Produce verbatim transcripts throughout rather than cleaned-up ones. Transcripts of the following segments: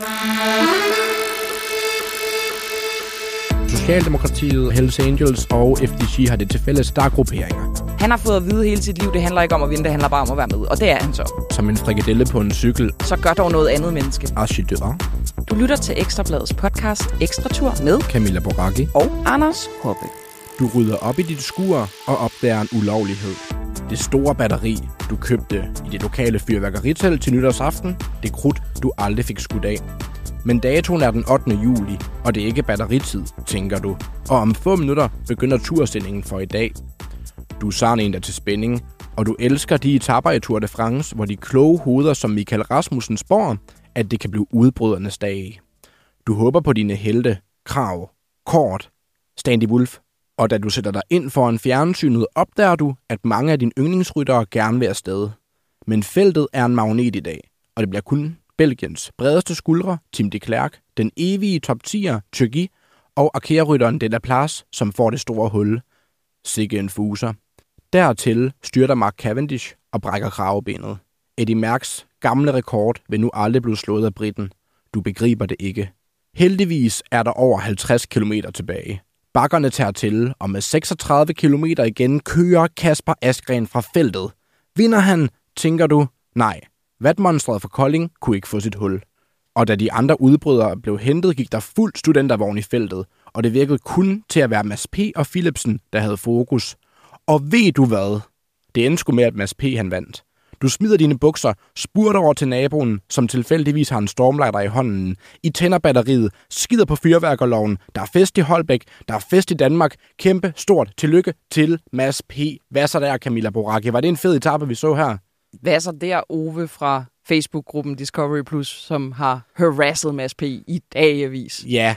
Socialdemokratiet, Hells Angels og F D C har det til fælles, der er grupperinger. Han har fået at vide hele sit liv, det handler ikke om at vinde, det handler bare om at være med. Og det er han så. Som en frikadelle på en cykel. Så gør dog noget andet menneske. Archidør. Du lytter til Ekstrabladets podcast Ekstra Tur med Camilla Boracchi og Anders Hoppe. Du rydder op i dit skur og opdager en ulovlighed. Det store batteri, du købte i det lokale fyrværkeritelt til nytårsaften, det krudt, du aldrig fik skudt af. Men datoen er den ottende juli, og det er ikke batteritid, tænker du. Og om få minutter begynder tursendingen for i dag. Du er sådan en, der til spænding, og du elsker de etaper i Tour de France, hvor de kloge hoveder som Michael Rasmussen spår, at det kan blive udbrydernes dag. Du håber på dine helte, Krav, Kort, Standy Wolf, og da du sætter dig ind foran fjernsynet, opdager du, at mange af dine yndlingsryttere gerne vil afsted. Men feltet er en magnet i dag, og det bliver kun Belgiens bredeste skuldre, Tim de Klerk, den evige top tier, Turgi, og Arkea-rytteren de la Place, som får det store hul. Sikke en fuser. Dertil styrter Mark Cavendish og brækker kravebenet. Eddie Merckx gamle rekord vil nu aldrig blive slået af briten. Du begriber det ikke. Heldigvis er der over halvtreds kilometer tilbage. Bakkerne tager til, og med seksogtredive kilometer igen kører Kasper Asgreen fra feltet. Vinder han, tænker du? Nej. Vatmonstret fra Kolding kunne ikke få sit hul. Og da de andre udbrydere blev hentet, gik der fuld studentervogn i feltet, og det virkede kun til at være Mads P. og Philipsen, der havde fokus. Og ved du hvad? Det endte sgu med, at Mads P. han vandt. Du smider dine bukser, spurter over til naboen, som tilfældigvis har en stormlighter i hånden. I tænder batteriet, skider på fyrværkerloven. Der er fest i Holbæk, der er fest i Danmark. Kæmpe stort tillykke til Mads P. Hvad så der, Camilla Boracchi? Var det en fed etape, vi så her? Hvad så der, Ove fra Facebook-gruppen Discovery Plus, som har harasset Mads P. i dagevis? Ja,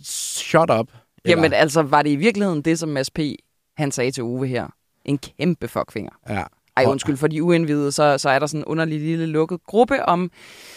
shut up. Eller? Jamen altså, var det i virkeligheden det, som Mads P. han sagde til Ove her? En kæmpe fuckfinger. Ja. Ej, undskyld, for de uindvidede, så, så er der sådan en underlig lille lukket gruppe om,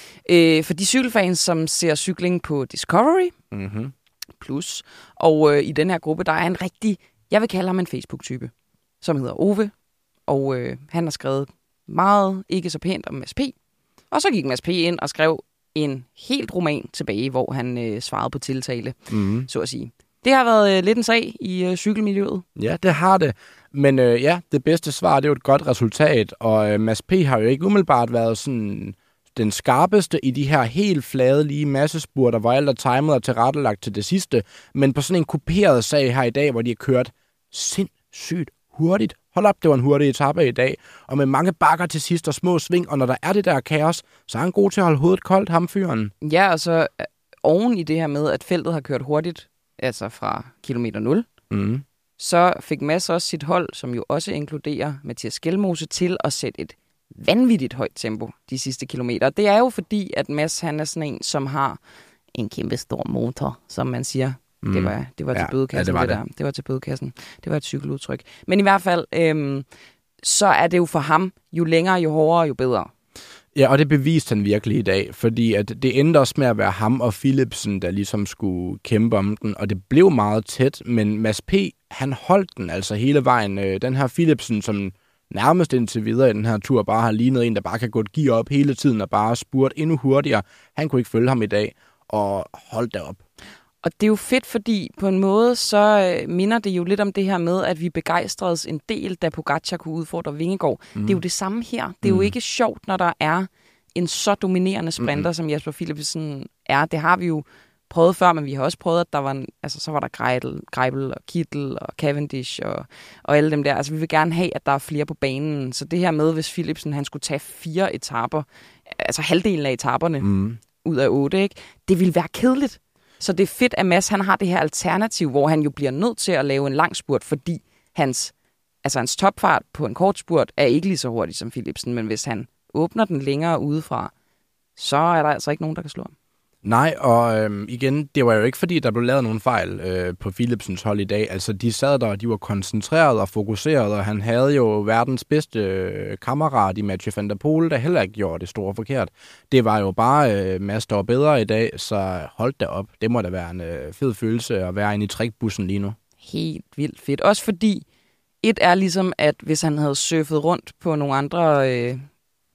øh, for de cykelfans, som ser cykling på Discovery mm-hmm. Plus. Og øh, i den her gruppe, der er en rigtig, jeg vil kalde ham en Facebook-type, som hedder Ove. Og øh, han har skrevet meget ikke så pænt om Mads P. Og så gik Mads P. ind og skrev en helt roman tilbage, hvor han øh, svarede på tiltale, mm-hmm. så at sige. Det har været øh, lidt en sag i øh, cykelmiljøet. Ja, det har det. Men øh, ja, det bedste svar, det er jo et godt resultat. Og øh, Mads P. har jo ikke umiddelbart været sådan den skarpeste i de her helt flade lige massespurter, hvor alt er timet og tilrettelagt til det sidste. Men på sådan en kuperet sag her i dag, hvor de har kørt sindssygt hurtigt. Hold op, det var en hurtig etape i dag. Og med mange bakker til sidst og små sving. Og når der er det der kaos, så er han god til at holde hovedet koldt, ham fyren. Ja, og så øh, oven i det her med, at feltet har kørt hurtigt, altså fra kilometer nul, mm. så fik Mads også sit hold, som jo også inkluderer Mathias Skelmose, til at sætte et vanvittigt højt tempo de sidste kilometer. Det er jo fordi, at Mads han er sådan en, som har en kæmpe stor motor, som man siger. Mm. Det var, det var til ja, bødekassen. Ja, det, var det, det. Der. det var til bødekassen. Det var et cykeludtryk. Men i hvert fald, øhm, så er det jo for ham, jo længere, jo hårdere, jo bedre. Ja, og det beviste han virkelig i dag, fordi at det endte også med at være ham og Philipsen, der ligesom skulle kæmpe om den, og det blev meget tæt, men Mads P., han holdt den altså hele vejen. Den her Philipsen, som nærmest indtil videre i den her tur bare har lignet en, der bare kan gå et gear op hele tiden og bare spurte endnu hurtigere, han kunne ikke følge ham i dag, og holdt det op. Og det er jo fedt, fordi på en måde, så minder det jo lidt om det her med, at vi begejstredes en del, da Pogacar kunne udfordre Vingegaard. Mm. Det er jo det samme her. Det er mm. jo ikke sjovt, når der er en så dominerende sprinter, mm. som Jasper Philipsen er. Det har vi jo prøvet før, men vi har også prøvet, at der var en, altså, så var der Greipel, Greipel og Kittel og Cavendish og, og alle dem der. Altså vi vil gerne have, at der er flere på banen. Så det her med, hvis Philipsen han skulle tage fire etaper, altså halvdelen af etaperne mm. ud af otte, ikke? Det ville være kedeligt. Så det er fedt, at Mads han har det her alternativ, hvor han jo bliver nødt til at lave en lang spurt, fordi hans, altså hans topfart på en kort spurt er ikke lige så hurtig som Philipsen, men hvis han åbner den længere udefra, så er der altså ikke nogen, der kan slå ham. Nej, og øhm, igen, det var jo ikke fordi, der blev lavet nogen fejl øh, på Philipsens hold i dag. Altså, de sad der, og de var koncentreret og fokuseret, og han havde jo verdens bedste øh, kammerat i Mathieu van der Poel, der heller ikke gjorde det store forkert. Det var jo bare øh, Mads, der var bedre i dag, så hold da op. Det må da være en øh, fed følelse at være inde i trækbussen lige nu. Helt vildt fedt. Også fordi, et er ligesom, at hvis han havde surfet rundt på nogle andre... Øh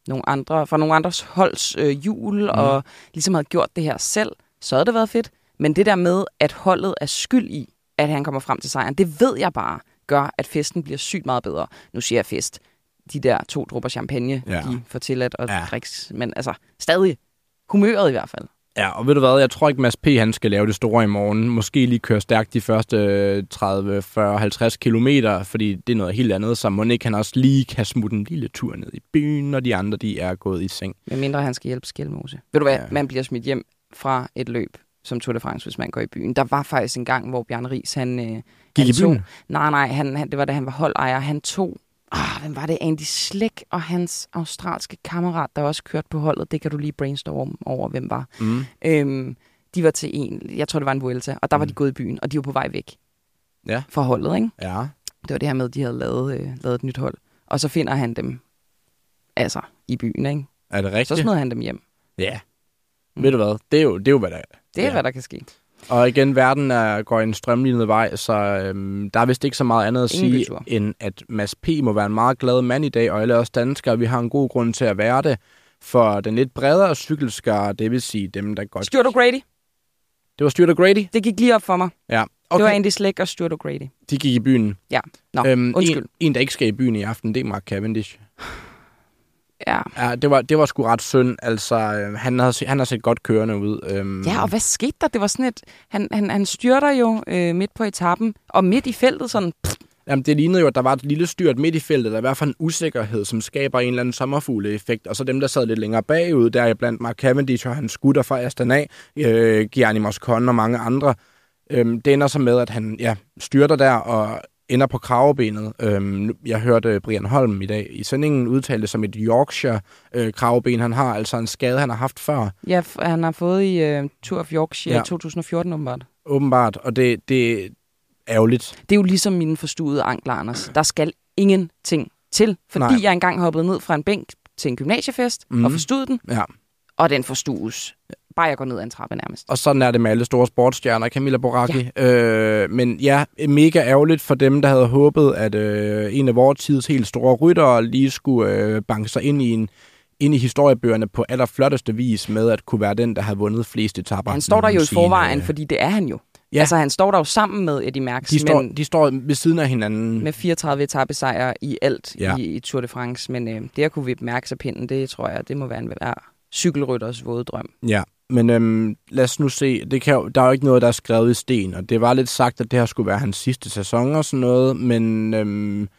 nogle andre, fra nogle andres holds øh, hjul, mm. og ligesom havde gjort det her selv, så havde det været fedt. Men det der med, at holdet er skyld i, at han kommer frem til sejren, det ved jeg bare gør, at festen bliver sygt meget bedre. Nu siger jeg fest. De der to dråber champagne, ja. de får tilladt at ja. drikke, men altså stadig humøret i hvert fald. Ja, og ved du hvad, jeg tror ikke, Mads P. han skal lave det store i morgen. Måske lige køre stærkt de første tredive, fyrre, halvtreds kilometer, fordi det er noget helt andet, så må ikke han også lige kan smutte en lille tur ned i byen, når de andre de er gået i seng. Med mindre han skal hjælpe Skelmose. Ved du hvad, ja. man bliver smidt hjem fra et løb som Tour de France, hvis man går i byen. Der var faktisk en gang, hvor Bjarne Riis, han... Øh, Gik han i byen? Tog, nej, nej, han, han, det var da han var holdejer. Han tog... Ah, hvem var det? Andy Schleck og hans australske kammerat, der også kørte på holdet. Det kan du lige brainstorme over, hvem var. Mm. Øhm, de var til en... Jeg tror, det var en Vuelta, og der var mm. de gået i byen, og de var på vej væk. Ja. Fra holdet, ikke? Ja. Det var det her med, at de havde lavet, øh, lavet et nyt hold. Og så finder han dem altså i byen, ikke? Er det rigtigt? Så smider han dem hjem. Ja. Mm. Ved du hvad? Det er jo, det er jo hvad der er. Det er, ja. hvad der kan ske. Og igen, verden er, går en strømlignet vej, så øhm, der er vist ikke så meget andet at Ingen sige, bytur. end at Mads P. må være en meget glad mand i dag, og alle os danskere, vi har en god grund til at være det. For den lidt bredere cykelskare, det vil sige dem, der godt... Stuart O'Grady. Det var Stuart O'Grady? Det gik lige op for mig. Ja. Okay. Det var Andy Schleck og Stuart O'Grady. De gik i byen. Ja. Nå, øhm, undskyld. En, en, der ikke skal i byen i aften, det er Mark Cavendish. Ja. Ja, det var, det var sgu ret synd. Altså, øh, han, havde, han har set godt kørende ud. Øhm. Ja, og hvad skete der? Det var sådan et... Han, han, han styrter jo øh, midt på etappen, og midt i feltet sådan... Pff. Jamen, det lignede jo, at der var et lille styrt midt i feltet. Der er i hvert fald en usikkerhed, som skaber en eller anden sommerfugle-effekt. Og så dem, der sad lidt længere bagud, der er blandt Mark Cavendish og hans skutter fra Astana, øh, Gianni Moscon og mange andre. Øhm, det ender så med, at han ja, styrter der og ender på kravebenet. Øhm, jeg hørte Brian Holm i dag i sendingen udtale det som et Yorkshire-kraveben. Han har altså en skade, han har haft før. Ja, han har fået i uh, Tour of Yorkshire ja. i to tusind og fjorten åbenbart. Åbenbart, og det, det er ærgerligt. Det er jo ligesom mine forstuede ankler, Anders. Der skal ingenting til, fordi Nej. jeg engang hoppede ned fra en bænk til en gymnasiefest mm. og forstod den, ja. og den forstues. Bare jeg går ned ad en trappe nærmest. Og sådan er det med alle store sportsstjerner, Camilla Boracchi. Ja. Øh, men ja, mega ærgerligt for dem, der havde håbet, at øh, en af vores tids helt store ryttere lige skulle øh, banke sig ind i, en, ind i historiebøgerne på allerflotteste vis med at kunne være den, der havde vundet flest etaper. Han står der jo i forvejen, øh... fordi det er han jo. Ja. Altså han står der jo sammen med Eddy Merckx. De står, de står ved siden af hinanden. Med fireogtredive etapesejre i alt ja. i, i Tour de France. Men øh, det at kunne vippe Merckx af pinden, det tror jeg, det må være en cykelrytters våde drøm. Ja. Men øhm, lad os nu se, det kan jo, der er jo ikke noget, der er skrevet i sten, og det var lidt sagt, at det her skulle være hans sidste sæson og sådan noget, men øhm,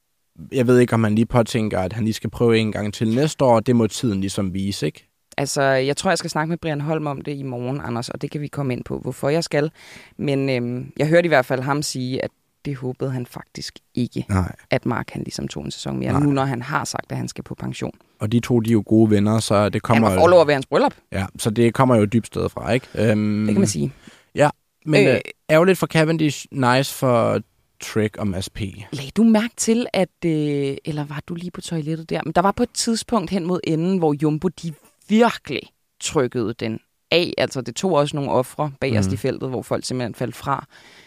jeg ved ikke, om han lige påtænker, at han lige skal prøve en gang til næste år, det må tiden ligesom vise, ikke? Altså, jeg tror, jeg skal snakke med Brian Holm om det i morgen, Anders, og det kan vi komme ind på, hvorfor jeg skal. Men øhm, jeg hørte i hvert fald ham sige, at det håbede han faktisk ikke, Nej. at Mark han ligesom tog en sæson mere, Nej. nu når han har sagt, at han skal på pension. Og de to, de er jo gode venner, så det kommer... Han var forlov at være hans bryllup. Ja, så det kommer jo dybt sted fra, ikke? Øhm, det kan man sige. Ja, men øh, ærgerligt for Cavendish, nice for Trek og Mads P. Lagde du mærke til, at... Øh, eller var du lige på toilettet der? Men der var på et tidspunkt hen mod enden, hvor Jumbo, de virkelig trykkede den af. Altså, det tog også nogle ofre bag os mm. i feltet, hvor folk simpelthen faldt fra.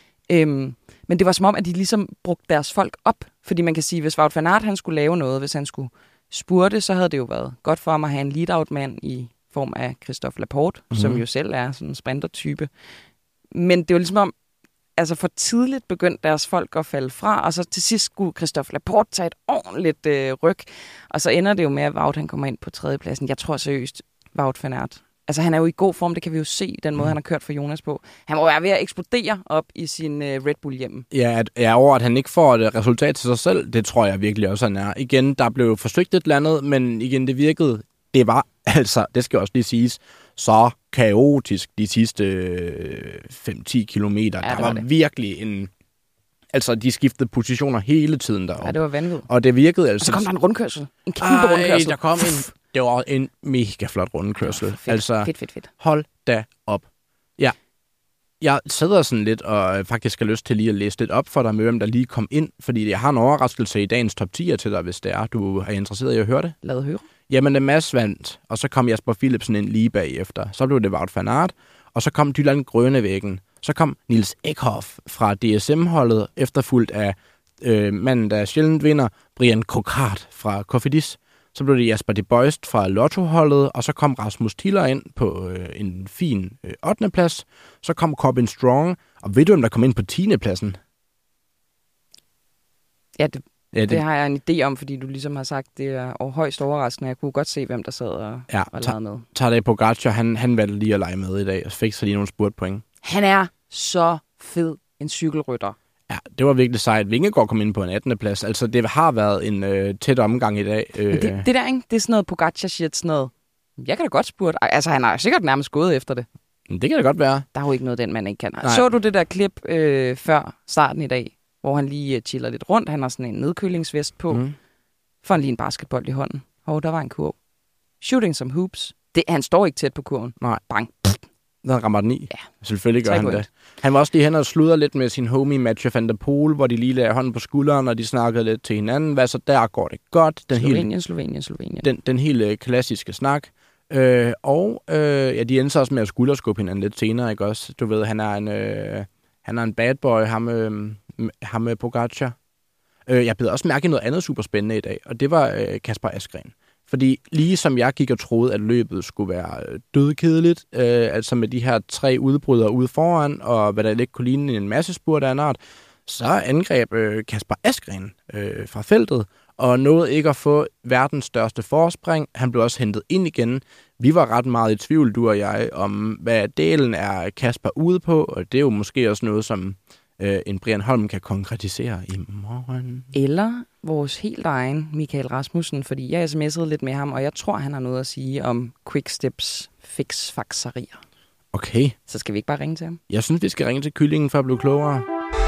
Øhm, men det var som om, at de ligesom brugte deres folk op. Fordi man kan sige, hvis Wout van Aert, han skulle lave noget, hvis han skulle spurte, så havde det jo været godt for ham at have en lead-out-mand i form af Christophe Laporte, mm. som jo selv er sådan en sprinter-type. Men det var ligesom om, altså for tidligt begyndte deres folk at falde fra, og så til sidst skulle Christophe Laporte tage et ordentligt øh, ryg. Og så ender det jo med, at Wout han kommer ind på tredjepladsen. Jeg tror seriøst, Wout van Aert. Altså han er jo i god form, det kan vi jo se, den måde, mm. han har kørt for Jonas på. Han må være ved at eksplodere op i sin øh, Red Bull hjem. Ja, at, ja, over at han ikke får et resultat til sig selv, det tror jeg virkelig også, han er. Igen, der blev forsøgt et eller andet, men igen, det virkede. Det var altså, det skal også lige siges, så kaotisk de sidste fem til ti kilometer. Ja, der var, var virkelig en... Altså, de skiftede positioner hele tiden deroppe. Ja, det var vanvittigt. Og det virkede altså... Og så kom der en rundkørsel. En kæmpe Ej, rundkørsel. der kom en... Det var en mega flot rundkørsel. Ja, fedt, altså, fedt, fedt, fedt. Hold da op. Ja. Jeg sidder sådan lidt, og faktisk har lyst til lige at læse lidt op for dig med, hvem der lige kom ind, fordi jeg har en overraskelse i dagens top tier til dig, hvis det er, du er interesseret i at høre det. Lad høre. Jamen, det Mads vandt, og så kom Jasper Philipsen ind lige bagefter. Så blev det Wout van Aert, og så kom Dylan Grønevæggen. Så kom Niels Eckhoff fra D S M-holdet, efterfulgt af øh, manden, der sjældent vinder, Brian Coquard fra Cofidis. Så blev det Jasper de Boist fra Lotto-holdet, og så kom Rasmus Tiller ind på øh, en fin øh, ottende plads. Så kom Corbin Strong, og ved du, om der kom ind på tiende pladsen? Ja, det, ja det, det har jeg en idé om, fordi du ligesom har sagt, det er højst overraskende. Jeg kunne godt se, hvem der sad og, ja, og legede med. Tadej Pogacar, han, han valgte lige at lege med i dag, og fik så lige nogle spurtpoint. Han er så fed en cykelrytter. Ja, det var virkelig sejt. Vingegaard kom ind på en attende plads. Altså, det har været en øh, tæt omgang i dag. Øh. Det, det der, ikke? Det er sådan noget Pogacar-shit, sådan noget. Jeg kan da godt spurte. Altså, han har sikkert nærmest gået efter det. Det kan da godt være. Der er jo ikke noget, den man ikke kan. Nej. Så du det der klip øh, før starten i dag, hvor han lige uh, chiller lidt rundt. Han har sådan en nedkølingsvest på. Mm. Får han lige en basketball i hånden. Og der var en kurv. Shooting some hoops. Det, han står ikke tæt på kurven. Nej. Bang. Den rammer den i. Ja. Selvfølgelig gør han det. Han var også lige hen og sludre lidt med sin homie Mathieu van der Poel, hvor de lige lagde hånden på skulderen, og de snakkede lidt til hinanden. Hvad så der går det godt? Den Slovenien, hele, Slovenien, Slovenien. Den, den hele klassiske snak. Øh, og øh, ja, de endte også med at skulderskubbe hinanden lidt senere, ikke også? Du ved, han er en, øh, han er en bad boy, ham, øh, ham med Pogacar. Øh, jeg blev også mærke noget andet super spændende i dag, og det var øh, Kasper Asgreen. Fordi lige som jeg gik og troede, at løbet skulle være dødkedeligt, øh, altså med de her tre udbrydere ude foran, og hvad der ikke kunne ligne en masse spurt af en art, så angreb øh, Kasper Asgreen øh, fra feltet, og nåede ikke at få verdens største forspring. Han blev også hentet ind igen. Vi var ret meget i tvivl, du og jeg, om hvad delen er Kasper ude på, og det er jo måske også noget, som øh, en Brian Holm kan konkretisere i morgen. Eller vores helt egen Michael Rasmussen, fordi jeg sms'ede lidt med ham, og jeg tror, han har noget at sige om Quicksteps fix-faxerier. Okay. Så skal vi ikke bare ringe til ham? Jeg synes, vi skal ringe til kyllingen for at blive klogere.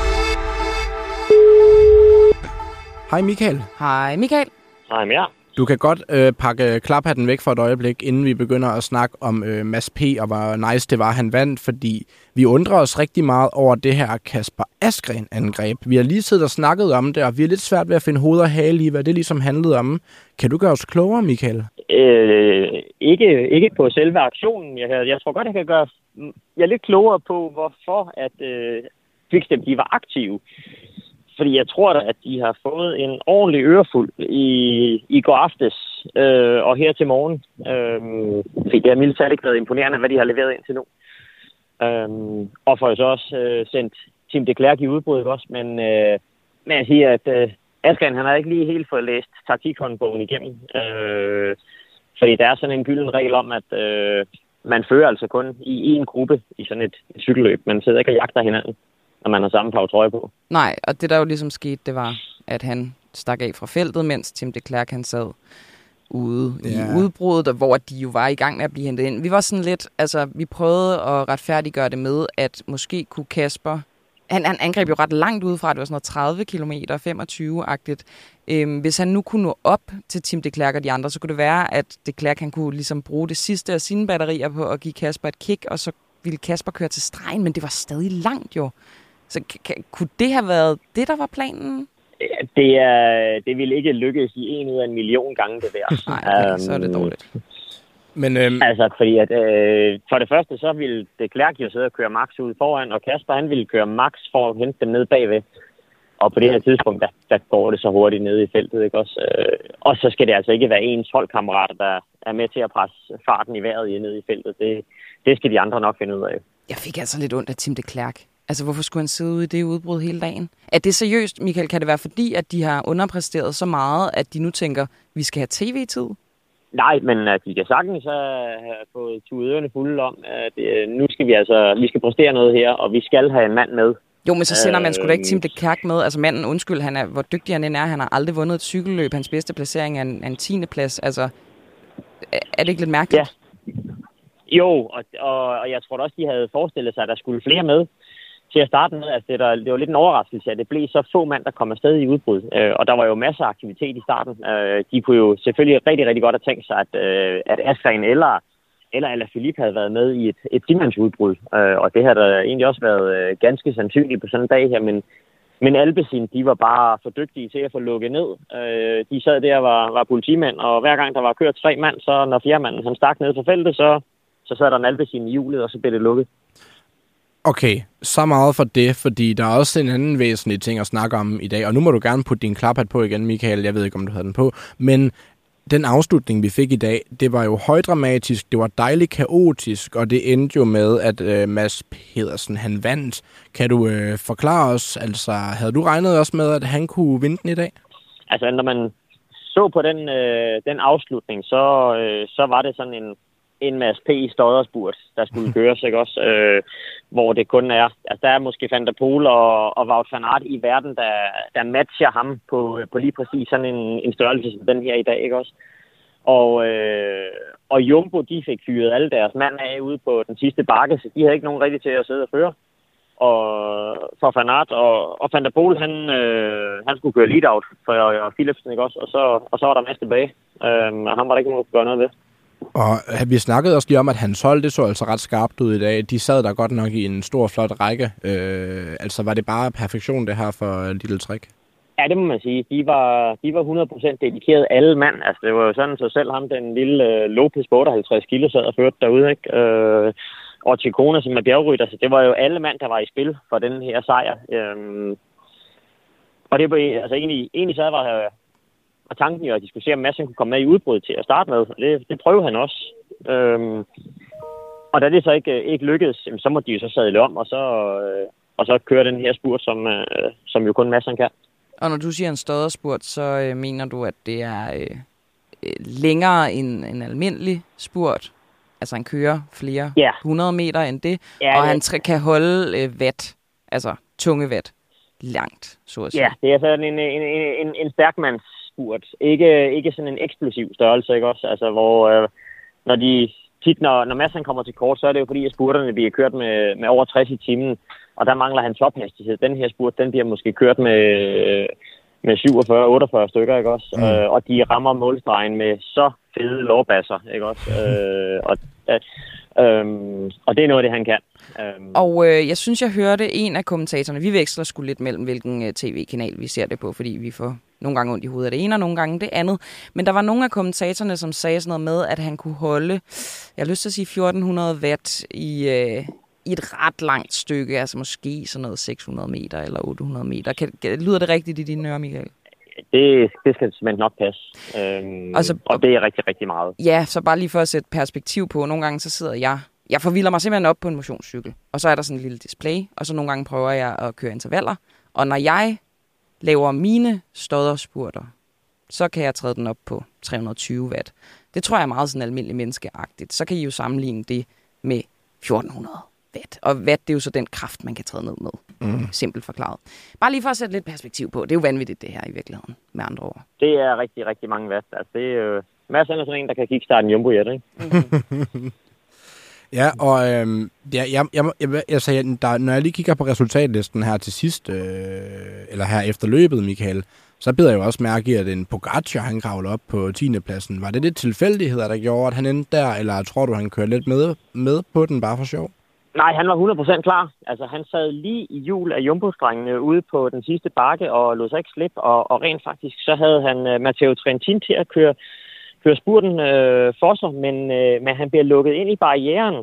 Hej Michael. Hej Michael. Hej med jer. Du kan godt øh, pakke klaphatten væk for et øjeblik, inden vi begynder at snakke om øh, Mads P. og hvor nice det var, han vandt, fordi vi undrer os rigtig meget over det her Kasper Asgreen-angreb. Vi har lige siddet og snakket om det, og vi er lidt svært ved at finde hoved og hale i, hvad det ligesom handlede om. Kan du gøre os klogere, Michael? Øh, ikke, ikke på selve aktionen. Jeg, jeg tror godt, jeg kan gøre jeg er lidt klogere på, hvorfor at øh, Quickstep, de var aktive. Fordi jeg tror da, at de har fået en ordentlig ørefuld i, i går aftes øh, og her til morgen. Øh, fordi det har mildt talt ikke været imponerende, hvad de har leveret indtil nu. Øh, og får jo så også øh, sendt Tim de Klerk i udbrud også. Men, øh, men jeg siger, at øh, Asgreen, han har ikke lige helt fået læst taktikhåndbogen igennem. Øh, fordi der er sådan en gylden regel om, at øh, man fører altså kun i én gruppe i sådan et, et cykelløb. Man sidder ikke og jagter hinanden, når man har samme farve trøje på. Nej, og det der jo ligesom skete, det var, at han stak af fra feltet, mens Tim de Klerk, han sad ude ja. i udbruddet, hvor de jo var i gang med at blive hentet ind. Vi var sådan lidt, altså vi prøvede at retfærdiggøre det med, at måske kunne Kasper, han, han angreb jo ret langt udefra, det var sådan noget tredive kilometer, femogtyve-agtigt. Øhm, hvis han nu kunne nå op til Tim de Klerk og de andre, så kunne det være, at de Klerk, han kunne ligesom bruge det sidste af sine batterier på at give Kasper et kick, og så ville Kasper køre til stregen, men det var stadig langt jo. Så k- kunne det have været det, der var planen? Det, er, det ville ikke lykkes i en ud af en million gange, det der. Nej, okay, um, så er det dårligt. Men, øhm... Altså, fordi at, øh, for det første, så ville de Klerk jo sidde og køre Max ud foran, og Kasper, han ville køre Max for at hente dem ned bagved. Og på det her tidspunkt, der, der går det så hurtigt ned i feltet, ikke også? Øh, og så skal det altså ikke være ens holdkammerater, der er med til at presse farten i vejret i ned i feltet. Det, det skal de andre nok finde ud af. Jeg fik altså lidt ondt af Tim de Klerk. Altså, hvorfor skulle han sidde ude i det udbrud hele dagen? Er det seriøst, Michael? Kan det være fordi, at de har underpræsteret så meget, at de nu tænker, vi skal have tv-tid? Nej, men at de kan sagtens have fået tuderne fulde om, at øh, nu skal vi altså, vi skal præstere noget her, og vi skal have en mand med. Jo, men så sender man sgu da ikke Tim de Klerk med. Altså manden, undskyld, han er, hvor dygtig han end er, han har aldrig vundet et cykelløb. Hans bedste placering er en, en tiende plads. Altså, er det ikke lidt mærkeligt? Ja. Jo, og, og, og jeg tror også, de havde forestillet sig, at der skulle flere med til at starte med. Altså, det, der, det var lidt en overraskelse, at det blev så få mand, der kom afsted i udbrud. Øh, og der var jo masser af aktivitet i starten. Øh, de kunne jo selvfølgelig rigtig, rigtig godt have tænkt sig, at, øh, at Asgreen eller eller Alaphilippe havde været med i et, et timandsudbrud. Øh, og det havde der egentlig også været øh, ganske sandsynligt på sådan en dag her, men, men Alpecin, de var bare for dygtige til at få lukket ned. Øh, de sad der og var, var politimænd, og hver gang der var kørt tre mand, så når fjerdemanden han stak ned på feltet, så, så sad der en Alpecin i hjulet, og så blev det lukket. Okay, så meget for det, fordi der er også en anden væsentlig ting at snakke om i dag, og nu må du gerne putte din klaphat på igen, Michael. Jeg ved ikke, om du havde den på, men Den afslutning, vi fik i dag, det var jo højdramatisk, det var dejligt kaotisk, og det endte jo med, at øh, Mads Pedersen, han vandt. Kan du øh, forklare os, altså havde du regnet også med, at han kunne vinde den i dag? Altså, når man så på den, øh, den afslutning, så, øh, så var det sådan en, en Mads P. i stodderspurt, der skulle køres, ikke også? Øh, hvor det kun er, altså der er måske Van der Poel og, og Wout van Aert i verden, der, der matcher ham på, på lige præcis sådan en, en størrelse som den her i dag, ikke også? Og, øh, og Jumbo, de fik fyret alle deres mand af ude på den sidste bakke, så de havde ikke nogen rigtig til at sidde og føre. Og for Van Aert og, og Van der Poel, han, øh, han skulle køre lead-out for og Philipsen, ikke også? Og så, og så var der Mads tilbage, øh, og han var der ikke nogen, der kunne gøre noget ved. Og vi snakkede også lige om, at hans hold, det så altså ret skarpt ud i dag. De sad der godt nok i en stor, flot række. Øh, altså var det bare perfektion, det her for Little Trek? Ja, det må man sige. De var, de var hundrede procent dedikeret alle mand. Altså, det var jo sådan, så selv ham, den lille øh, Lopez på otteoghalvtreds kilo, sad og førte derude, ikke? Øh, og Ciccone, som er bjergrytter, så det var jo alle mand, der var i spil for den her sejr. Øh, og det var altså egentlig, egentlig så var og tanken jo, at de skulle se, om Madsen kunne komme med i udbrud til at starte med. Og det, det prøvede han også. Øhm, og da det så ikke, ikke lykkedes, så måtte de jo så sadle om, og så, øh, og så køre den her spurt, som, øh, som jo kun Madsen kan. Og når du siger en stodderspurt, så øh, mener du, at det er øh, længere end en almindelig spurt? Altså han kører flere yeah. hundrede meter end det, ja, og han tr- kan holde øh, vat, altså tunge vat, langt, så at sige. Ja, det er sådan en, en, en, en stærkmands spurt. Ikke, ikke sådan en eksplosiv størrelse, ikke også? Altså, hvor øh, når de tit, når, når Madsen kommer til kort, så er det jo fordi, at spurterne bliver kørt med, med over tres i timen, og der mangler han tophastighed. Den her spurt, den bliver måske kørt med, med syvogfyrre otteogfyrre stykker, ikke også? Mm. Øh, og de rammer målstregen med så fede lårbasser, ikke også? øh, og, øh, øh, og det er noget af det, han kan. Um. Og øh, jeg synes, jeg hørte en af kommentatorerne, vi veksler sgu lidt mellem, hvilken uh, tv-kanal vi ser det på, fordi vi får nogle gange ondt i hovedet af det ene, og nogle gange det andet. Men der var nogle af kommentatorerne, som sagde sådan noget med, at han kunne holde, jeg har lyst til at sige fjorten hundrede watt i, øh, i et ret langt stykke, altså måske sådan noget seks hundrede meter eller otte hundrede meter. Kan, kan, lyder det rigtigt i dine ører, Michael? Det, det skal simpelthen nok passe. Øhm, altså, og det er rigtig, rigtig meget. Ja, så bare lige for at sætte perspektiv på. Nogle gange så sidder jeg, jeg forvilder mig simpelthen op på en motionscykel, og så er der sådan en lille display, og så nogle gange prøver jeg at køre intervaller. Og når jeg laver mine stodderspurter, så kan jeg træde den op på tre hundrede og tyve watt. Det tror jeg er meget sådan almindeligt menneskeagtigt. Så kan I jo sammenligne det med fjorten hundrede watt. Og watt, det er jo så den kraft, man kan træde ned med. Mm. Simpelt forklaret. Bare lige for at sætte lidt perspektiv på. Det er jo vanvittigt, det her i virkeligheden, med andre ord. Det er rigtig, rigtig mange watt. Altså, det er jo Mads er sådan en, der kan kickstarte en jumbo-jet, ikke? Mm. Ja, og øhm, ja, jeg, jeg, jeg, jeg sagde, der, når jeg lige kigger på resultatlisten her til sidst, øh, eller her efter løbet, Michael, så beder jeg jo også mærke i, at en Pogacar, han kravler op på tiende pladsen. Var det lidt tilfældigheder, der gjorde, at han endte der, eller tror du, han kører lidt med, med på den, bare for sjov? Nej, han var hundrede procent klar. Altså, han sad lige i hjul af jumbo-strengene ude på den sidste bakke og lod sig ikke slippe, og, og rent faktisk, så havde han uh, Matteo Trentin til at køre kører spurten øh, for sig, men, øh, men han bliver lukket ind i barrieren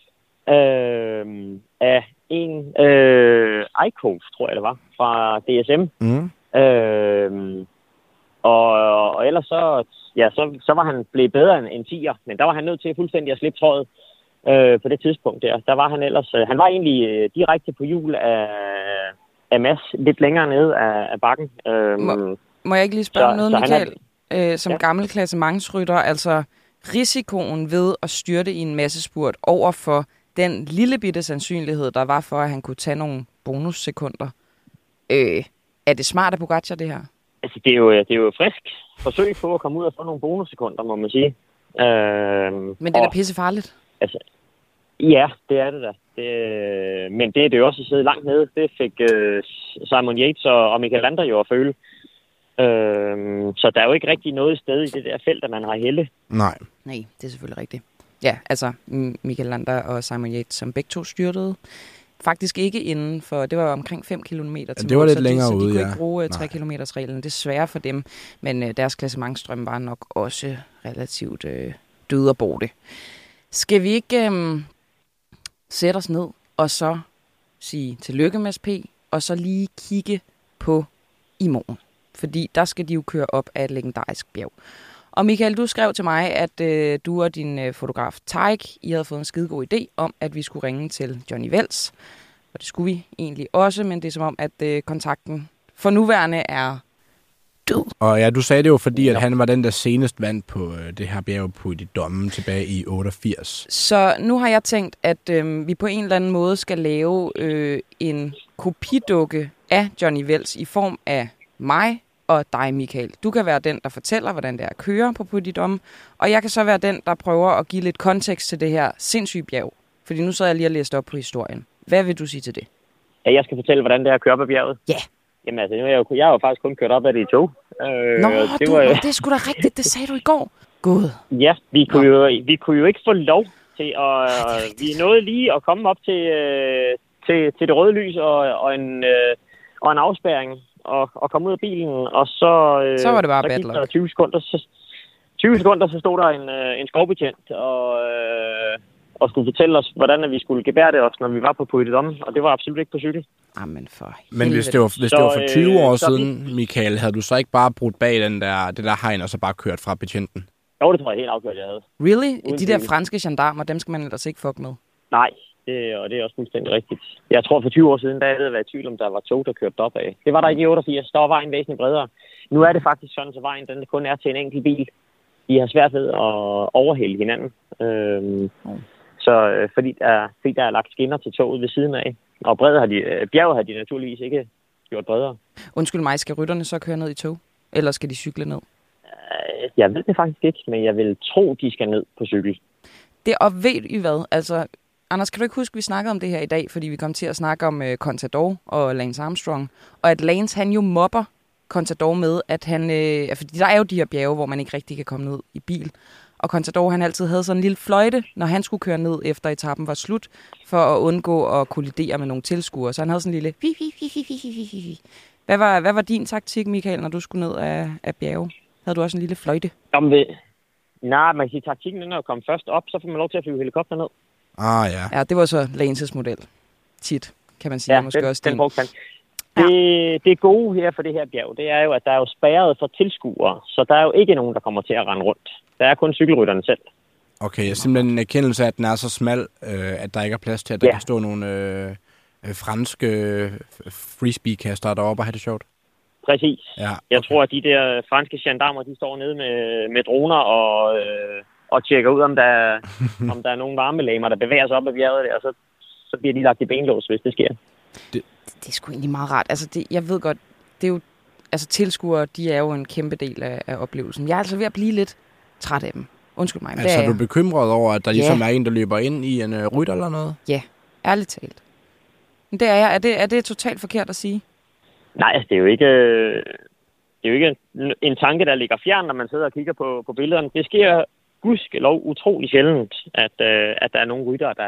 øh, af en øh, Eickhoff, tror jeg det var, fra D S M. Mm. Øh, og, og ellers så, ja, så, så var han blevet bedre end en tier, men der var han nødt til fuldstændig at slippe trådet øh, på det tidspunkt der. Der var han ellers, øh, han var egentlig øh, direkte på hjul af, af Mads, lidt længere nede af, af bakken. Øh, må, må jeg ikke lige spørge så, noget, Michael? Øh, som ja. gammel klassementsrytter, altså risikoen ved at styrte i en massespurt over for den lille bitte sandsynlighed, der var for, at han kunne tage nogle bonussekunder. Øh, er det smart af Pogacar, det her? Altså, det er jo, det er jo frisk forsøg på at komme ud og få nogle bonussekunder, må man sige. Øh, Men det er da pissefarligt. Altså, ja, det er det da. Det, men det er det jo også at sidde langt nede. Det fik øh, Simon Yates og, og Michael Lander jo at føle. Øhm, så der er jo ikke rigtig noget sted i det der felt, at man har helle. Nej. Nej, det er selvfølgelig rigtigt. Ja, altså Michael Lander og Simon Yates, som begge to styrtede, faktisk ikke inden for, det var omkring fem kilometer til ja, det var mål, lidt så længere de, ude, så de kunne ja. ikke bruge tre kilometers reglen. Det er svært for dem, men øh, deres klassementsstrøm var nok også relativt øh, død og borte. Skal vi ikke øh, sætte os ned og så sige tillykke Mads P, og så lige kigge på i morgen? Fordi der skal de jo køre op af et legendarisk bjerg. Og Michael, du skrev til mig, at øh, du og din øh, fotograf Tarik, I havde fået en skidegod idé om, at vi skulle ringe til Johnny Wells. Og det skulle vi egentlig også, men det er som om, at øh, kontakten for nuværende er død. Og ja, du sagde det jo, fordi at han var den, der senest vandt på øh, det her bjerg på de domme tilbage i otteogfirs. Så nu har jeg tænkt, at øh, vi på en eller anden måde skal lave øh, en kopidukke af Johnny Wells i form af mig og dig, Michael. Du kan være den, der fortæller, hvordan det er at køre på Puy de Dôme, og jeg kan så være den, der prøver at give lidt kontekst til det her sindssyge bjerg. Fordi nu så jeg lige og læst op på historien. Hvad vil du sige til det? Ja, jeg skal fortælle, hvordan det er at køre på bjerget. Ja. Jamen altså, jeg har jo, jeg har jo faktisk kun kørt op af det i tog. Øh, Nå, det, du, var, det er sgu da rigtigt, det sagde du i går. God. Ja, vi kunne, jo, vi kunne jo ikke få lov til at... Ej, vi nåede lige at komme op til, øh, til, til det røde lys og, og, en, øh, og en afspærring og, og komme ud af bilen, og så... Øh, så var det bare så bad gik luck. der tyve sekunder, så, tyve sekunder, så stod der en, øh, en skovbetjent og, øh, og skulle fortælle os, hvordan vi skulle gebærde os, når vi var på Puy de Dôme, og det var absolut ikke på cykel. Amen for Men hvis det var, hvis Så, det var for tyve år øh, så siden, Michael, havde du så ikke bare brudt bag den der, det der hegn, og så bare kørt fra betjenten? Jo, det tror jeg helt afgjort, jeg havde. Really? Uden De der tvivl. franske gendarmer, dem skal man ellers ikke fuck med. Nej, det, og det er også fuldstændig rigtigt. Jeg tror for tyve år siden, der havde jeg været i tvivl om, der var tog, der kørte op af. Det var der ikke i otteogfirs, der var vejen væsentligt bredere. Nu er det faktisk sådan, at vejen den kun er til en enkelt bil. De har svært ved at overhælde hinanden. Øhm, Mm. Så øh, fordi, der, fordi der er lagt skinner til toget ved siden af. Og bredet har de, øh, bjerget har de naturligvis ikke gjort bredere. Undskyld mig, skal rytterne så køre ned i tog? Eller skal de cykle ned? Øh, jeg ved det faktisk ikke, men jeg vil tro, de skal ned på cykel. Det, og ved I hvad? Altså, Anders, kan du ikke huske, at vi snakkede om det her i dag, fordi vi kom til at snakke om uh, Contador og Lance Armstrong, og at Lance, han jo mobber Contador med, at han... Øh, fordi der er jo de her bjerge, hvor man ikke rigtig kan komme ned i bil. Og Contador, han altid havde sådan en lille fløjte, når han skulle køre ned efter etappen var slut, for at undgå at kollidere med nogle tilskuere. Så han havde sådan en lille... Hvad var, hvad var din taktik, Michael, når du skulle ned af, af bjerge? Havde du også en lille fløjte? Jamen, ved, nej, man kan sige, at taktikken er at komme først op, så får man lov til at flyve helikopter ned. Ah, ja. Ja, det var så Lances model. Tit, kan man sige. Ja, måske den, også den din. brugte han. Det, det gode her for det her bjerg, det er jo, at der er jo spærret for tilskuere, så der er jo ikke nogen, der kommer til at rende rundt. Der er kun cykelrytterne selv. Okay, simpelthen en erkendelse af, at den er så smal, øh, at der ikke er plads til, at der Ja. kan stå nogle øh, øh, franske øh, frisbee-kastere deroppe og have det sjovt. Præcis. Ja, okay. Jeg tror, at de der franske gendarmer, de står nede med, med droner og, øh, og tjekker ud, om der, om der er nogle varmelæmer, der bevæger sig op ad bjerget der, og så, så bliver de lagt i benlås, hvis det sker. Det er sgu egentlig meget rart. Altså, det, jeg ved godt, det er jo... Altså, tilskuere, de er jo en kæmpe del af, af oplevelsen. Jeg er altså ved at blive lidt træt af dem. Undskyld mig, men Altså, det er er du bekymret over, at der Ja. ligesom er en, der løber ind i en øh, rytter eller noget? Ja, ærligt talt. Men det er jeg. Er det, er det totalt forkert at sige? Nej, altså, det er jo ikke, øh, det er jo ikke en, en tanke, der ligger fjern, når man sidder og kigger på, på billederne. Det sker gudskelov utrolig sjældent, at, øh, at der er nogle ryttere, der...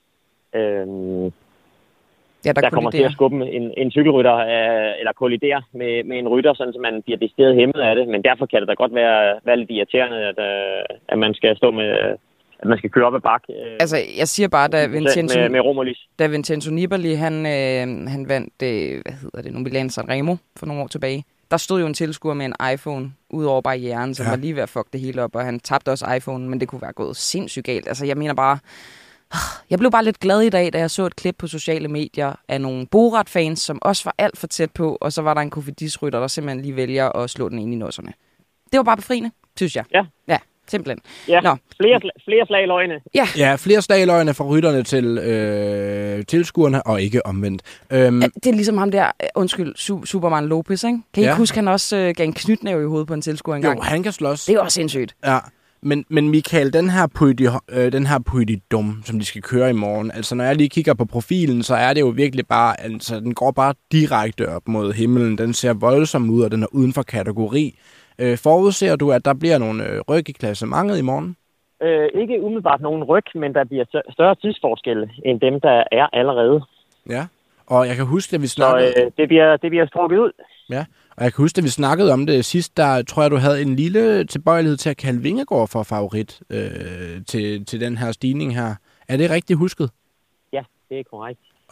Øh, Ja, der, der kommer til at skubbe en, en cykelrytter øh, eller kollidere med, med en rytter, sådan, så man bliver decideret hæmmet af det. Men derfor kan det da godt være, være lidt irriterende, at, øh, at man skal stå med, at man skal køre op ad bakke. Øh, Altså, jeg siger bare, da Vincenzo, med, med rom og lys. da Vincenzo Nibali, han, øh, han vandt, øh, hvad hedder det nu, Milan Sanremo for nogle år tilbage, der stod jo en tilskuer med en iPhone ud over barrieren, som Ja. var lige ved at fuck det hele op, og han tabte også iPhone, men det kunne være gået sindssygt galt. Altså, jeg mener bare... Jeg blev bare lidt glad i dag, da jeg så et klip på sociale medier af nogle Borat-fans, som også var alt for tæt på, og så var der en Kofidis-rytter, der simpelthen lige vælger at slå den ind i nosserne. Det var bare befriende, synes jeg. Ja. Ja, simpelthen. Ja, Nå. flere, flere slag i løgene. Ja, Ja, flere slag i løgene fra rytterne til øh, tilskuerne, og ikke omvendt. Øhm, det er ligesom ham der, øh, undskyld, Su- Superman Lopez, ikke? Kan I Ja. ikke huske, han også øh, gav en knytnæve i hovedet på en tilskuer engang? jo, han kan slås. Det er også sindssygt. Ja, men, men Michael, den her Puy de, øh, den her Puy de Dôme, som de skal køre i morgen, altså når jeg lige kigger på profilen, så er det jo virkelig bare, altså den går bare direkte op mod himlen. Den ser voldsom ud, og den er uden for kategori. Øh, forudser du, at der bliver nogle øh, ryg i klassementet i morgen? Øh, ikke umiddelbart nogen ryg, men der bliver stør- større tidsforskelle end dem, der er allerede. Ja, og jeg kan huske, at vi Så snakkede... øh, det, bliver, det bliver strukket ud. Ja, og jeg kan huske, at vi snakkede om det sidst, der tror jeg, du havde en lille tilbøjelighed til at kalde Vingegaard for favorit øh, til, til den her stigning her. Er det rigtigt husket? Ja, det er korrekt.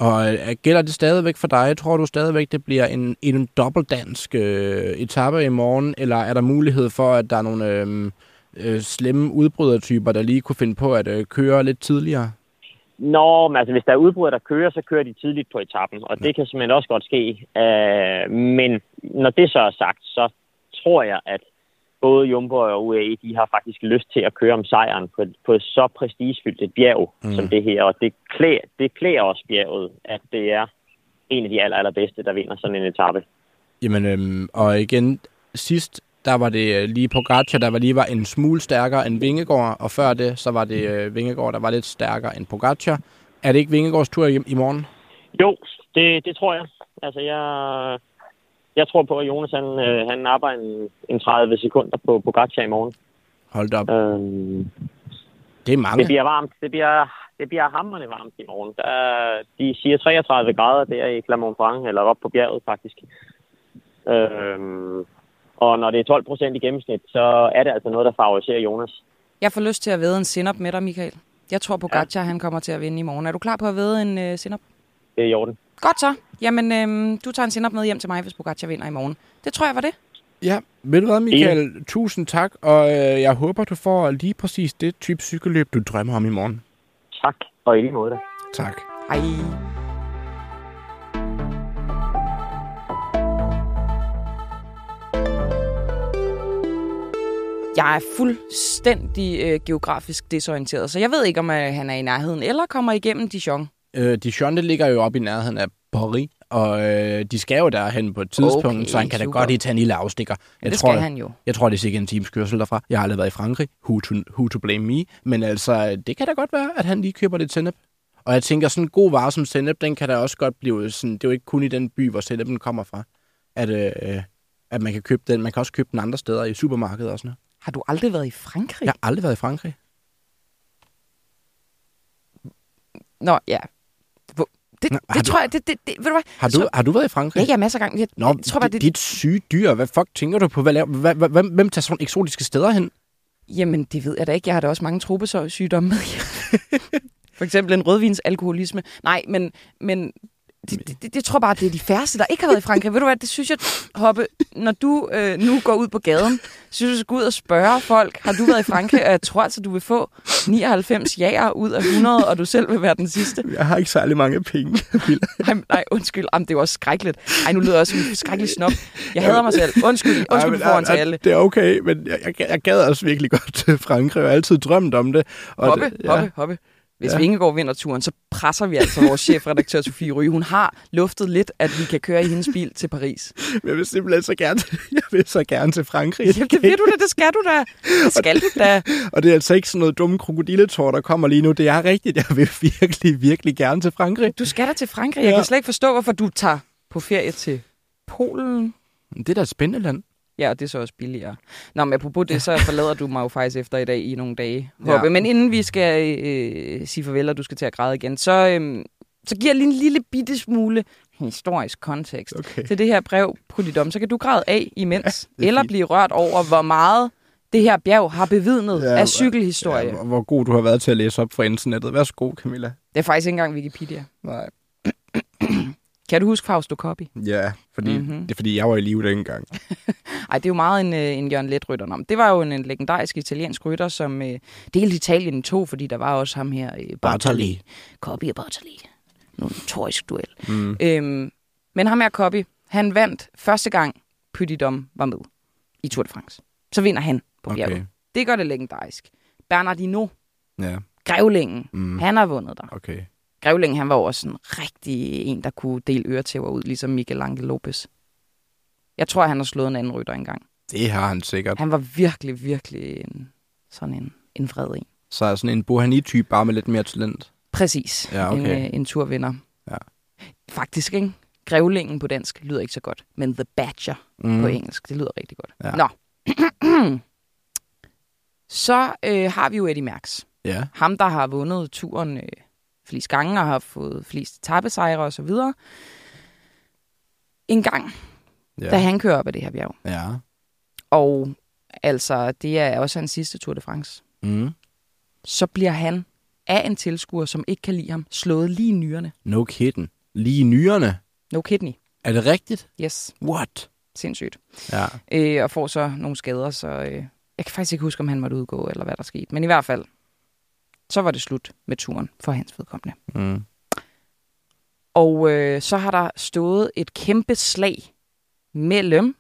Og øh, gælder det stadigvæk for dig? Tror du stadigvæk, det bliver en, en dobbeltdansk øh, etape i morgen? Eller er der mulighed for, at der er nogle øh, øh, slemme udbrydertyper, der lige kunne finde på at øh, køre lidt tidligere? Nå, men altså hvis der er udbrydere, der kører, så kører de tidligt på etappen, og ja. Det kan simpelthen også godt ske. Uh, men når det så er sagt, så tror jeg, at både Jumbo og U A E, de har faktisk lyst til at køre om sejren på, på så prestigefyldt et bjerg mm. som det her. Og det klæder, det klæder også bjerget, at det er en af de aller, allerbedste, der vinder sådan en etape. Jamen, øhm, og igen, sidst, der var det lige Pogačar, der var lige var en smule stærkere end Vingegaard, og før det, så var det øh, Vingegaard, der var lidt stærkere end Pogačar. Er det ikke Vingegaards tur i, i morgen? Jo, det, det tror jeg. Altså, jeg... Jeg tror på, at Jonas han, øh, han arbejder en, en tredive sekunder på Pogačar i morgen. Hold op. Øhm, det er mange. Det bliver varmt. Det bliver, det bliver hamrende varmt i morgen. Der, de siger treogtredive grader der i Clermont-Ferrand, eller op på bjerget faktisk. Øhm, og når det er tolv procent i gennemsnit, så er det altså noget, der favoriserer Jonas. Jeg får lyst til at vædde en send-up med dig, Michael. Jeg tror, Pogačar ja. han kommer til at vinde i morgen. Er du klar på at vædde en uh, send-up? Det er i orden. Godt så. Jamen, øhm, du tager en send-up med hjem til mig, hvis Pogačar vinder i morgen. Det tror jeg var det. Ja, ved du hvad, Michael? Ja. Tusind tak, og øh, jeg håber, du får lige præcis det type cykelløb, du drømmer om i morgen. Tak, og i lige måde. Tak. Hej. Jeg er fuldstændig øh, geografisk desorienteret, så jeg ved ikke, om øh, han er i nærheden eller kommer igennem Dijon. Øh, Dijon, det ligger jo op i nærheden af Paris, og øh, de skal jo derhen på et tidspunkt, okay, så han kan super. da godt lige tage en lille afstikker. Jeg det tror, skal han jo. Jeg tror, det er sikkert en times kørsel derfra. Jeg har aldrig været i Frankrig. Who to, who to blame me? Men altså, det kan da godt være, at han lige køber lidt sennep. Og jeg tænker, sådan en god vare som sennep, den kan da også godt blive sådan, det er jo ikke kun i den by, hvor sennepen kommer fra, at, øh, at man kan købe den. Man kan også købe den andre steder i supermarkedet og sådan noget. Har du aldrig været i Frankrig? Jeg har aldrig været i Frankrig. Nå, ja. Det, Nå, det tror jeg, det, det, det, ved du hvad? Har du, så, har du været i Frankrig? Ja, jeg har masser af gange. Jeg, Nå, jeg tror, det, det, dit syge dyr. Hvad fuck tænker du på? Hvad, hvad, hvad, hvad, hvem tager sådan eksotiske steder hen? Jamen, det ved jeg da ikke. Jeg har da også mange tropesygdomme med. For eksempel en rødvinsalkoholisme. Nej, men... men Det, det, det, det tror bare, det er de færreste, der ikke har været i Frankrig. Ved du hvad, det synes jeg, Hoppe, når du øh, nu går ud på gaden, synes du skal gå ud og spørge folk, har du været i Frankrig? Og jeg tror altså, du vil få nioghalvfems jaer ud af hundrede, og du selv vil være den sidste. Jeg har ikke særlig mange penge. nej, nej, undskyld. Jamen, det er jo også skrækkeligt. Ej, nu lyder jeg også som en skrækkelig snop. Jeg hader mig selv. Undskyld, undskyld på foran til alle. Det er okay, men jeg, jeg, jeg gad også virkelig godt til Frankrig, og jeg har altid drømt om det. Og Hoppe, det, ja. Hoppe, Hoppe. Hvis ja. Vingegaard vinder turen, så presser vi altså vores chefredaktør Sofie Ryge. Hun har luftet lidt, at vi kan køre i hendes bil til Paris. Jeg vil simpelthen så gerne, jeg vil så gerne til Frankrig. Jamen, det ved du da, det skal du da. Det skal du da. Og det er altså ikke sådan noget dumme krokodilletår, der kommer lige nu. Det er rigtigt. Jeg vil virkelig, virkelig gerne til Frankrig. Du skal da til Frankrig. Jeg ja. kan slet ikke forstå, hvorfor du tager på ferie til Polen. Det er da et spændende land. Ja, og det er så også billigere. Nå, men apropos det, så forlader du mig jo faktisk efter i dag i nogle dage, Hoppe. Ja. Men inden vi skal øh, sige farvel, og du skal til at græde igen, så, øh, så giver jeg lige en lille bitte smule historisk kontekst okay. til det her brev, Prudhomme. Så kan du græde af imens, ja, eller fint. blive rørt over, hvor meget det her bjerg har bevidnet ja, af cykelhistorie. Ja, hvor god du har været til at læse op fra internettet. Værsgo, Camilla. Det er faktisk ikke engang Wikipedia. Nej. Kan du huske Fausto Coppi? Ja, fordi, mm-hmm. det er fordi, jeg var i live dengang. Ej, det er jo meget en, en Jørgen Leth-rytter. Det var jo en, en legendarisk italiensk rytter, som øh, delte Italien i to, fordi der var også ham her, øh, Bartali. Coppi og Bartali. Nogle notorisk duel. Mm. Øhm, men ham her, Coppi, han vandt første gang Prudhomme var med i Tour de France. Så vinder han på bjerget. Okay. Det gør det legendarisk. Bernardino, ja. Grævlingen, mm. han har vundet der. Okay. Grævlingen, han var også en rigtig en, der kunne dele øretæver ud, ligesom Miguel Angel Lopez. Jeg tror, han har slået en anden rytter engang. Det har han sikkert. Han var virkelig, virkelig en, sådan en, en vred en. Så er sådan en Bohani-type, bare med lidt mere talent? Præcis. Ja, okay. En, en turvinder. Ja. Faktisk, ikke? Grævlingen på dansk lyder ikke så godt, men The Badger mm. på engelsk, det lyder rigtig godt. Ja. Nå. Så øh, har vi jo Eddy Merckx. Ja. Ham, der har vundet turen øh, flest gange og har fået flest etapesejre og så videre. En gang, ja. da han kører op ad det her bjerg. Ja. Og altså, det er også hans sidste Tour de France. Mm. Så bliver han af en tilskuer, som ikke kan lide ham, slået lige i nyrerne. No kidding. Lige i nyrerne? No kidney. Er det rigtigt? Yes. What? Sindssygt. Ja. Øh, og får så nogle skader, så øh, jeg kan faktisk ikke huske, om han måtte udgå, eller hvad der skete. Men i hvert fald, så var det slut med turen for hans vedkommende. Mm. Og øh, så har der stået et kæmpe slag mellem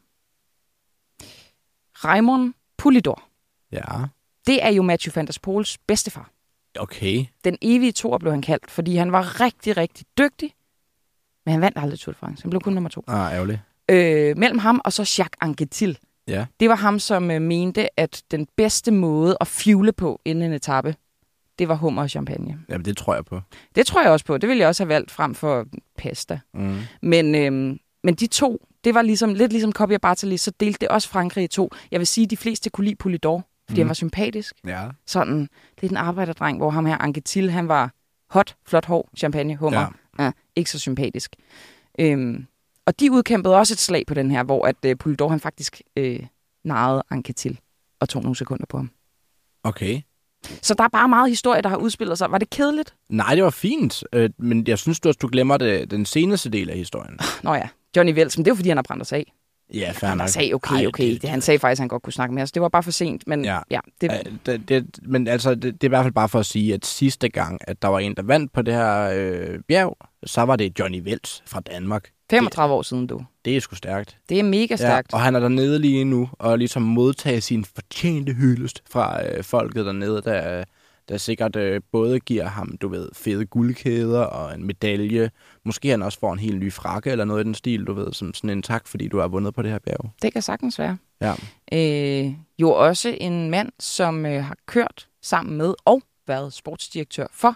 Raymond Poulidor. Ja. Det er jo Mathieu van der Poels bedstefar. Okay. Den evige toer blev han kaldt, fordi han var rigtig, rigtig dygtig. Men han vandt aldrig Tour de France. Han blev kun nummer to. Ah, ærgerligt. Øh, mellem ham og så Jacques Anquetil. Ja. Det var ham, som øh, mente, at den bedste måde at fuele på inden en etape, det var hummer og champagne. Jamen, det tror jeg på. Det tror jeg også på. Det ville jeg også have valgt frem for pasta. Mm. Men, øh, men de to, det var ligesom, lidt ligesom Coppi og Bartali, så delte det også Frankrig i to. Jeg vil sige, at de fleste kunne lide Poulidor, fordi mm. han var sympatisk. Ja. Sådan lidt en arbejderdreng, hvor ham her Anquetil, han var hot, flot hår, champagne, hummer. Ja. Ja, ikke så sympatisk. Øhm, og de udkæmpede også et slag på den her, hvor at øh, Poulidor, han faktisk øh, narrede Anquetil og tog nogle sekunder på ham. Okay. Så der er bare meget historie, der har udspillet sig. Var det kedeligt? Nej, det var fint. Øh, men jeg synes, du, at du glemmer det, den seneste del af historien. Nå ja, Johnny Wells, men det er jo fordi, han har brændt sig af. Ja, fair Han nok. sagde, okay, Ej, okay. Det, det, han sagde faktisk, at han godt kunne snakke med os. Det var bare for sent, men ja. ja det... Uh, det, det, men altså, det, det er i hvert fald bare for at sige, at sidste gang, at der var en, der vandt på det her øh, bjerg, så var det Johnny Wells fra Danmark. femogtredive det, år siden, du. Det er sgu stærkt. Det er mega stærkt. Ja, og han er dernede lige nu, og ligesom modtager sin fortjente hyldest fra øh, folket dernede, der, der sikkert øh, både giver ham, du ved, fede guldkæder og en medalje. Måske han også får en helt ny frakke eller noget i den stil, du ved, som sådan en tak, fordi du har vundet på det her bjerg. Det kan sagtens være. Ja. Øh, jo også en mand, som øh, har kørt sammen med og været sportsdirektør for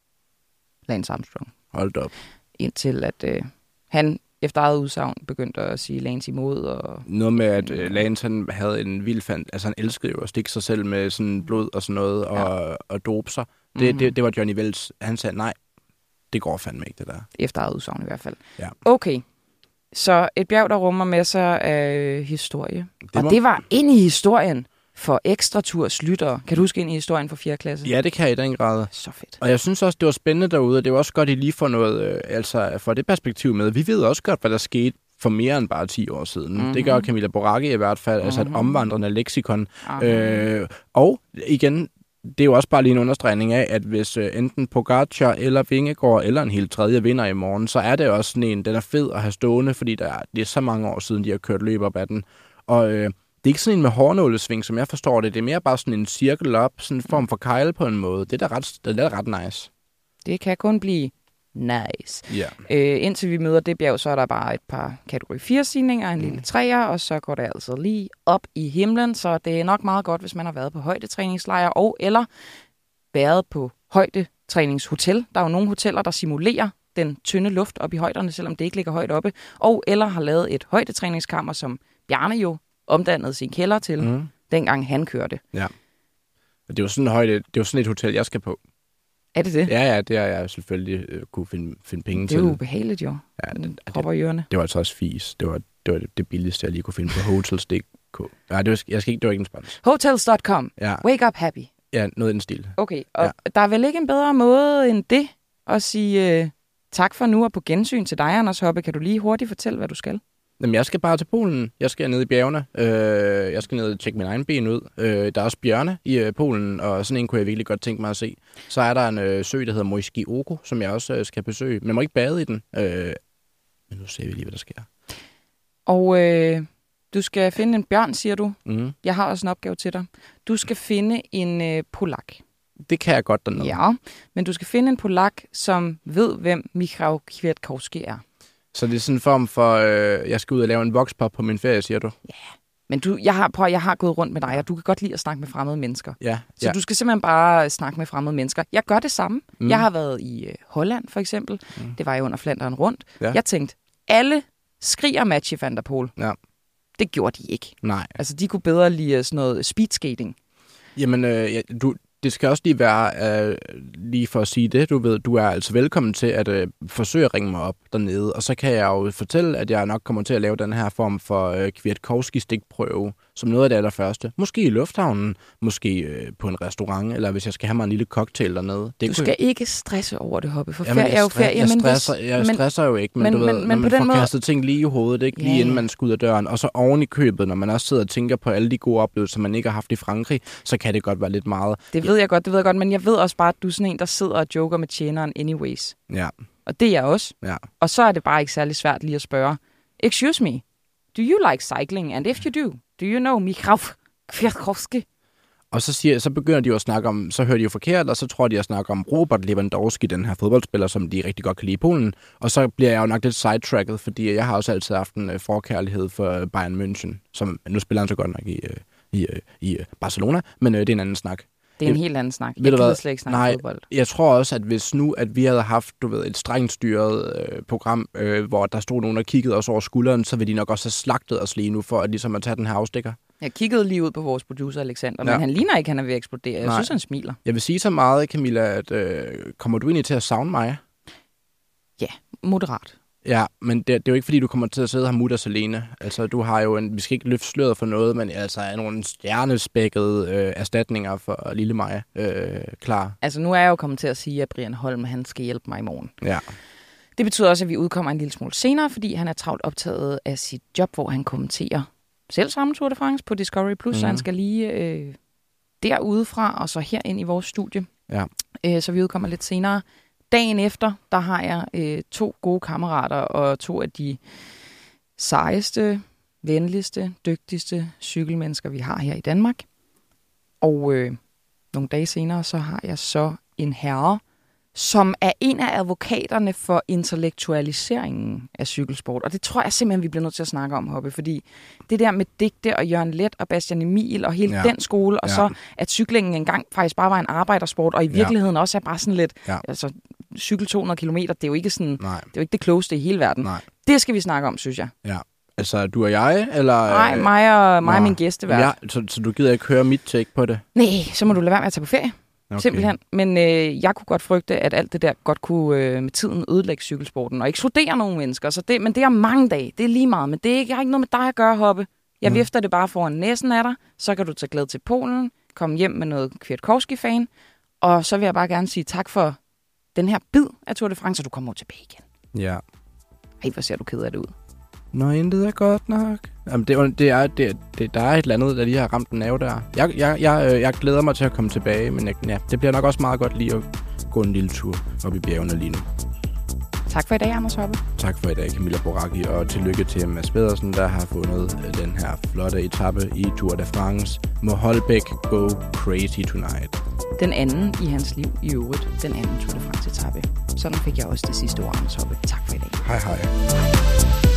Lance Armstrong. Hold op. Indtil at øh, han efter eget udsagn begyndte at sige Lance imod. Og noget med, at øh, Lance han havde en vild fan, altså han elskede jo at stikke sig selv med sådan blod og sådan noget, og, ja. og dope sig. Det, mm-hmm. det, det var Johnny Wells. Han sagde, nej, det går fandme ikke, det der. Efter eget udsagn i hvert fald. Ja. Okay, så et bjerg, der rummer masser af historie. Det og må... det var ind i historien for ekstra turs lyttere. Kan du huske ind i historien for fjerde klasse? Ja, det kan jeg i den grad. Så fedt. Og jeg synes også, det var spændende derude, og det var også godt, at I lige får noget, øh, altså for det perspektiv med. Vi ved også godt, hvad der skete for mere end bare ti år siden. Mm-hmm. Det gør Camilla Boracchi i hvert fald, mm-hmm. altså et omvandrende leksikon. Mm-hmm. Øh, og igen, det er jo også bare lige en understregning af, at hvis øh, enten Pogacar eller Vingegaard eller en helt tredje vinder i morgen, så er det også sådan en, den er fed at have stående, fordi der er, det er så mange år siden, de har kørt løb op ad den. Og øh, det er ikke sådan en med hårnålesving, som jeg forstår det. Det er mere bare sådan en cirkel op, sådan en form for kejle på en måde. Det er da ret, det er da ret nice. Det kan kun blive nice. Yeah. Øh, indtil vi møder det bjerg, så er der bare et par kategori fire stigninger, en mm. lille træer, og så går det altså lige op i himlen. Så det er nok meget godt, hvis man har været på højdetræningslejr og eller været på højdetræningshotel. Der er jo nogle hoteller, der simulerer den tynde luft op i højderne, selvom det ikke ligger højt oppe. Og eller har lavet et højdetræningskammer, som Bjarne jo omdannede sin kælder til, mm. dengang han kørte. Ja. Det er jo sådan, højde, det er jo sådan et hotel, jeg skal på. Er det det? Ja, ja, det har jeg selvfølgelig øh, kunne finde, finde penge til. Det er jo ubehageligt jo. Ja, det, propper i ørerne. Det var altså også fis. Det var, det var det billigste, jeg lige kunne finde på hotels punktum d k. Ja, det var, jeg skal ikke, det var ikke en spons. Hotels punktum com. Ja. Wake up happy. Ja, noget i den stil. Okay, og ja. Der er vel ikke en bedre måde end det at sige øh, tak for nu og på gensyn til dig, Anders Hoppe. Kan du lige hurtigt fortælle, hvad du skal? Jamen, jeg skal bare til Polen. Jeg skal ned i bjergene. Øh, jeg skal ned og tjekke min egen ben ud. Øh, der er også bjørne i øh, Polen, og sådan en kunne jeg virkelig godt tænke mig at se. Så er der en øh, sø, der hedder Mojski Oko, som jeg også øh, skal besøge. Men jeg må ikke bade i den. Øh, men nu ser vi lige, hvad der sker. Og øh, du skal finde en bjørn, siger du. Mm. Jeg har også en opgave til dig. Du skal finde en øh, polak. Det kan jeg godt dernede. Ja, men du skal finde en polak, som ved, hvem Michał Kwiatkowski er. Så det er sådan en form for, øh, jeg skal ud og lave en voxpop på min ferie, siger du? Ja, men du, jeg, har, prøv, jeg har gået rundt med dig, og du kan godt lide at snakke med fremmede mennesker. Ja. Så ja. du skal simpelthen bare snakke med fremmede mennesker. Jeg gør det samme. Mm. Jeg har været i øh, Holland, for eksempel. Mm. Det var jo under Flandern rundt. Ja. Jeg tænkte, alle skriger Mathieu van der Poel. Ja. Det gjorde de ikke. Nej. Altså, de kunne bedre lide sådan noget speedskating. Jamen, øh, ja, du... Det skal også lige være, øh, lige for at sige det, du ved, du er altså velkommen til at øh, forsøge at ringe mig op dernede, og så kan jeg jo fortælle, at jeg nok kommer til at lave den her form for øh, Kwiatkowski-stikprøve, som noget af det allerførste. Måske i lufthavnen, måske øh, på en restaurant, eller hvis jeg skal have mig en lille cocktail dernede. Det du skal jeg... ikke stresse over det, Hoppe, for Jamen, ferie er jo ferie. Jeg, men stresser, hvis... jeg stresser men, jo ikke, men, men, du ved, men, når men man på får den måde... kastet ting lige i hovedet, ikke? Lige ja, inden man skal ud af døren, og så oven i købet, når man også sidder og tænker på alle de gode oplevelser, man ikke har haft i Frankrig, så kan det godt være lidt meget. Det ved jeg godt, det ved jeg godt, men jeg ved også bare, at du er sådan en, der sidder og joker med tjeneren anyways. Ja. Og det er jeg også. Ja. Og så er det bare ikke særlig svært lige at spørge, excuse me, do you like cycling? And if you do, do you know Michał Kwiatkowski? Og så, siger, så begynder de jo at snakke om, så hører de jo forkert, og så tror de at snakke om Robert Lewandowski, den her fodboldspiller, som de rigtig godt kan lide i Polen. Og så bliver jeg jo nok lidt sidetracket, fordi jeg har også altid haft en forkærlighed for Bayern München, som nu spiller han så godt nok i, i, i Barcelona, men det er en anden snak. Det er en helt anden snak. Jeg gider slet ikke snakke Nej, fodbold. Jeg tror også, at hvis nu, at vi havde haft, du ved, et strengt styret øh, program, øh, hvor der stod nogen, der kiggede os over skulderen, så ville de nok også have slagtet os lige nu, for at ligesom at tage den her afstikker. Jeg kiggede lige ud på vores producer, Alexander, ja. Men han ligner ikke, han er ved at eksplodere. Jeg Nej. synes, han smiler. Jeg vil sige så meget, Camilla, at øh, kommer du egentlig til at savne mig? Ja, moderat. Ja, men det, det er jo ikke, fordi du kommer til at sidde her mutters alene. Altså, du har jo en, vi skal ikke løfte sløret for noget, men altså er nogle stjernespækkede øh, erstatninger for lille mig øh, klar. Altså, nu er jeg jo kommet til at sige, at Brian Holm, han skal hjælpe mig i morgen. Ja. Det betyder også, at vi udkommer en lille smule senere, fordi han er travlt optaget af sit job, hvor han kommenterer selv samme Tour de France på Discovery Plus, mm. så han skal lige øh, derudefra og så herind i vores studie. Ja. Øh, så vi udkommer lidt senere. Dagen efter, der har jeg øh, to gode kammerater og to af de sejeste, venligste, dygtigste cykelmennesker, vi har her i Danmark. Og øh, nogle dage senere, så har jeg så en herre, som er en af advokaterne for intellektualiseringen af cykelsport. Og det tror jeg simpelthen, vi bliver nødt til at snakke om, Hoppe, fordi det der med Digte og Jørgen Leth og Bastian Emil og hele ja. den skole, og ja. så at cyklingen engang faktisk bare var en arbejdersport, og i virkeligheden ja. også er bare sådan lidt, ja. altså cykel to hundrede kilometer, det er jo ikke sådan, det er jo ikke det klogeste i hele verden. Nej. Det skal vi snakke om, synes jeg. Ja. Altså, du og jeg, eller... Nej, mig og, mig og min gæstevært. Ja, så, så du gider ikke høre mit take på det? Nej, så må du lade være med at tage på ferie. Okay. Simpelthen. Men øh, jeg kunne godt frygte, at alt det der godt kunne øh, med tiden ødelægge cykelsporten og ekskludere nogle mennesker. Så det, men det er mange dage. Det er lige meget. Men det er ikke, jeg har ikke noget med dig at gøre, Hoppe. Jeg mm. vifter det bare foran næsen af dig. Så kan du tage glæde til Polen, komme hjem med noget Kwiatkowski-fan. Og så vil jeg bare gerne sige tak for den her bid af Tour de France, og du kommer tilbage igen. Ja. Ej, hvor ser du ked af det ud. Nå, intet er godt nok. Jamen, det, det er, det, det, der er et eller andet, der lige har ramt den nerve der. Jeg, jeg, jeg, jeg glæder mig til at komme tilbage, men jeg, ja, det bliver nok også meget godt lige at gå en lille tur op i bjergene lige nu. Tak for i dag, Anders Hoppe. Tak for i dag, Camilla Boracchi, og tillykke til Mads Pedersen, der har fundet den her flotte etape i Tour de France. Må Holbæk go crazy tonight. Den anden i hans liv i øvrigt, den anden Tour de France etape. Sådan fik jeg også det sidste ord, Anders Hoppe. Tak for i dag. Hej hej.